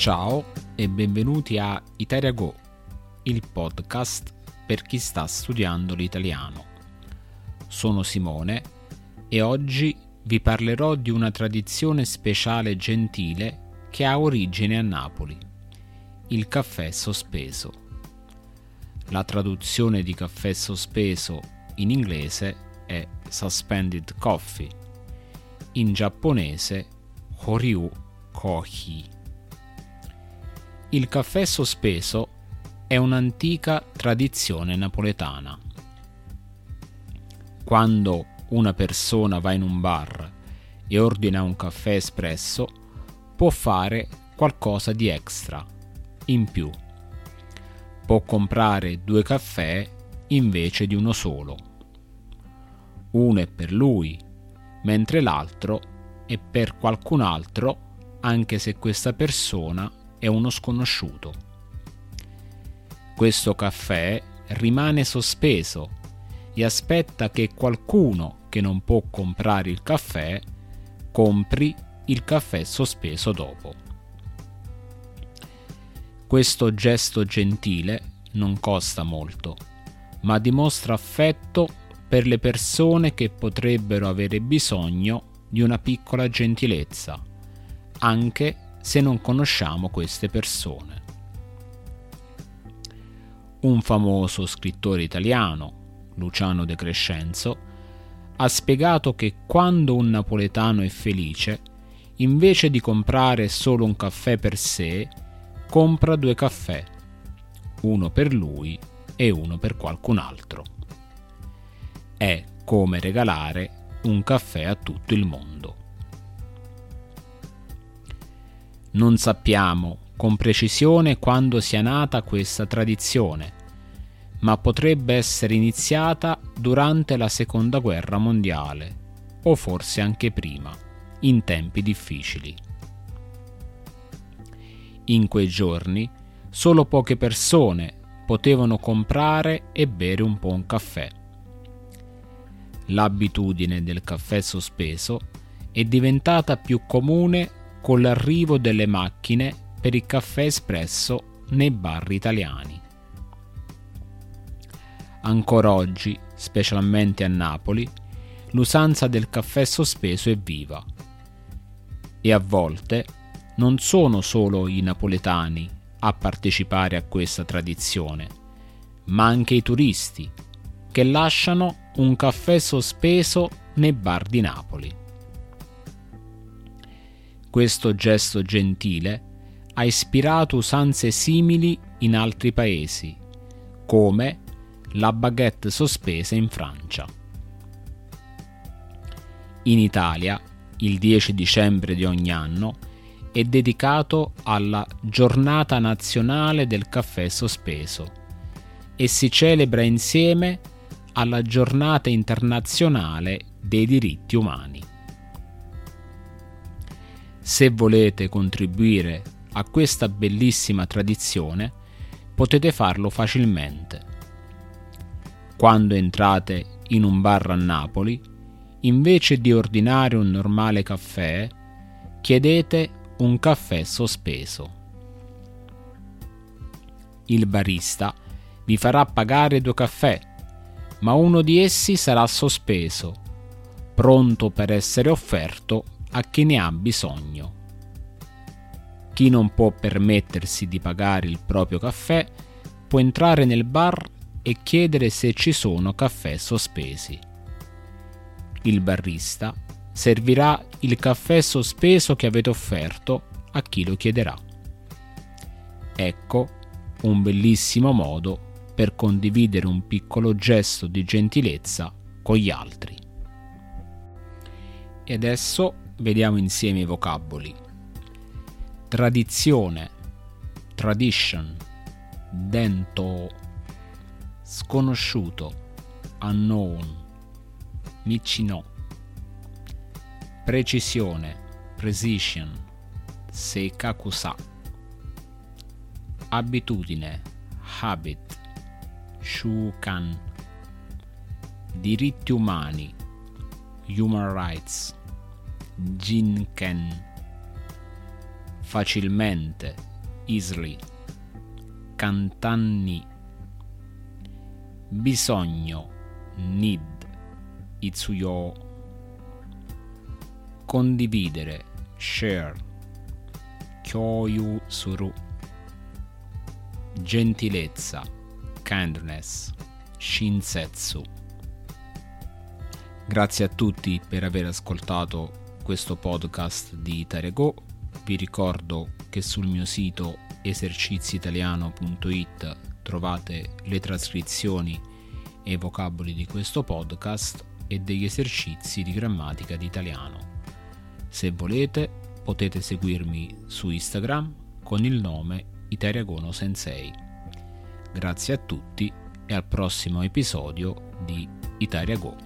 Ciao e benvenuti a Italia Go, il podcast per chi sta studiando l'italiano. Sono Simone e oggi vi parlerò di una tradizione speciale gentile che ha origine a Napoli, il caffè sospeso. La traduzione di caffè sospeso in inglese è suspended coffee, in giapponese Horyu Kohi. Il caffè sospeso è un'antica tradizione napoletana. Quando una persona va in un bar e ordina un caffè espresso, può fare qualcosa di extra, in più. Può comprare 2 caffè invece di uno solo. Uno è per lui, mentre l'altro è per qualcun altro, anche se questa persona è uno sconosciuto. Questo caffè rimane sospeso e aspetta che qualcuno che non può comprare il caffè compri il caffè sospeso dopo. Questo gesto gentile non costa molto, ma dimostra affetto per le persone che potrebbero avere bisogno di una piccola gentilezza, anche se non conosciamo queste persone. Un famoso scrittore italiano, Luciano De Crescenzo, ha spiegato che quando un napoletano è felice, invece di comprare solo un caffè per sé, compra 2 caffè, uno per lui e uno per qualcun altro. È come regalare un caffè a tutto il mondo. Non sappiamo con precisione quando sia nata questa tradizione, ma potrebbe essere iniziata durante la Seconda Guerra Mondiale, o forse anche prima, in tempi difficili. In quei giorni solo poche persone potevano comprare e bere un buon caffè. L'abitudine del caffè sospeso è diventata più comune con l'arrivo delle macchine per il caffè espresso nei bar italiani. Ancora oggi, specialmente a Napoli, l'usanza del caffè sospeso è viva. E a volte non sono solo i napoletani a partecipare a questa tradizione, ma anche i turisti che lasciano un caffè sospeso nei bar di Napoli. Questo gesto gentile ha ispirato usanze simili in altri paesi, come la baguette sospesa in Francia. In Italia, il 10 dicembre di ogni anno è dedicato alla Giornata Nazionale del Caffè Sospeso e si celebra insieme alla Giornata Internazionale dei Diritti Umani. Se volete contribuire a questa bellissima tradizione, potete farlo facilmente. Quando entrate in un bar a Napoli, invece di ordinare un normale caffè, chiedete un caffè sospeso. Il barista vi farà pagare 2 caffè, ma uno di essi sarà sospeso, pronto per essere offerto a chi ne ha bisogno. Chi non può permettersi di pagare il proprio caffè può entrare nel bar e chiedere se ci sono caffè sospesi. Il barista servirà il caffè sospeso che avete offerto a chi lo chiederà. Ecco un bellissimo modo per condividere un piccolo gesto di gentilezza con gli altri. E adesso vediamo insieme i vocaboli. Tradizione, tradition, dento, sconosciuto, unknown, michino, precisione, precision, seikakusa, abitudine, habit, shukan, diritti umani, human rights, jinken, facilmente, easily, cantanni, bisogno, need, itsuyo, condividere, share, kyoyu suru, gentilezza, kindness, shinsetsu. Grazie a tutti per aver ascoltato questo podcast di Italia Go. Vi ricordo che sul mio sito eserciziitaliano.it trovate le trascrizioni e i vocaboli di questo podcast e degli esercizi di grammatica di italiano. Se volete potete seguirmi su Instagram con il nome Italiagono Sensei. Grazie a tutti e al prossimo episodio di Italia Go.